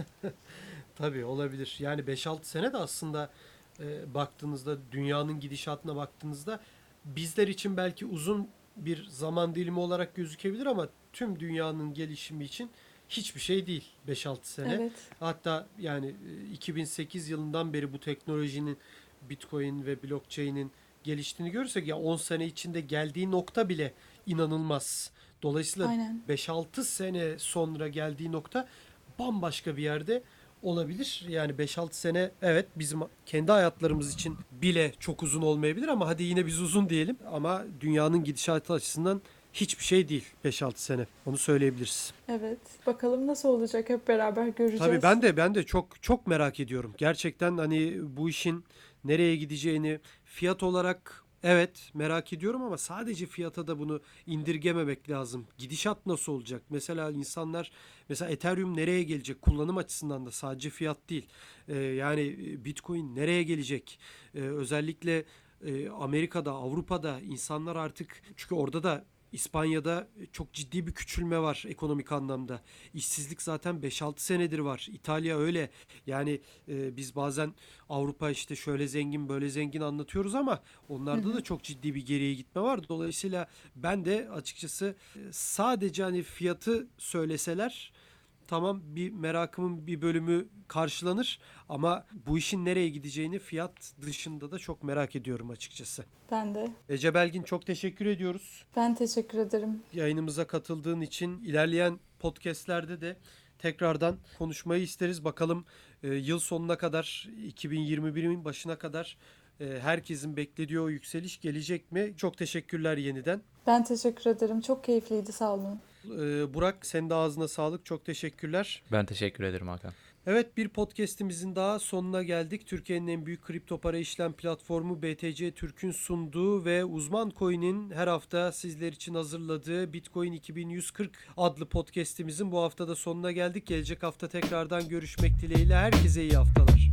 Tabii olabilir. Yani beş altı sene de aslında e, baktığınızda, dünyanın gidişatına baktığınızda bizler için belki uzun bir zaman dilimi olarak gözükebilir ama tüm dünyanın gelişimi için hiçbir şey değil beş altı sene. Evet. Hatta yani e, iki bin sekiz yılından beri bu teknolojinin, Bitcoin ve blockchain'in geliştiğini görürsek ya on sene içinde geldiği nokta bile inanılmaz. Dolayısıyla Aynen. beş altı sene sonra geldiği nokta bambaşka bir yerde olabilir. Yani beş altı sene evet bizim kendi hayatlarımız için bile çok uzun olmayabilir ama hadi yine biz uzun diyelim. Ama dünyanın gidişatı açısından hiçbir şey değil beş altı sene. Onu söyleyebiliriz. Evet. Bakalım nasıl olacak, hep beraber göreceğiz. Tabii ben de ben de çok çok merak ediyorum. Gerçekten hani bu işin nereye gideceğini fiyat olarak evet merak ediyorum ama sadece fiyata da bunu indirgememek lazım. Gidişat nasıl olacak? Mesela insanlar mesela Ethereum nereye gelecek? Kullanım açısından da sadece fiyat değil. Ee, yani Bitcoin nereye gelecek? Ee, özellikle e, Amerika'da, Avrupa'da insanlar artık çünkü orada da İspanya'da çok ciddi bir küçülme var ekonomik anlamda. İşsizlik zaten beş altı senedir var. İtalya öyle. Yani e, biz bazen Avrupa işte şöyle zengin böyle zengin anlatıyoruz ama onlarda da çok ciddi bir geriye gitme var. Dolayısıyla ben de açıkçası e, sadece hani fiyatı söyleseler tamam bir merakımın bir bölümü karşılanır ama bu işin nereye gideceğini fiyat dışında da çok merak ediyorum açıkçası. Ben de. Ece Belgin çok teşekkür ediyoruz Ben teşekkür ederim. yayınımıza katıldığın için. İlerleyen podcastlerde de tekrardan konuşmayı isteriz. Bakalım e, yıl sonuna kadar iki bin yirmi birin başına kadar e, herkesin beklediği o yükseliş gelecek mi? Çok teşekkürler yeniden. Ben teşekkür ederim. Çok keyifliydi. Sağ olun. E, Burak senin de ağzına sağlık. Çok teşekkürler. Ben teşekkür ederim Hakan. Evet bir podcast'imizin daha sonuna geldik. Türkiye'nin en büyük kripto para işlem platformu B T C Türk'ün sunduğu ve Uzman Coin'in her hafta sizler için hazırladığı Bitcoin iki bin yüz kırk adlı podcast'imizin bu haftada sonuna geldik. Gelecek hafta tekrardan görüşmek dileğiyle herkese iyi haftalar.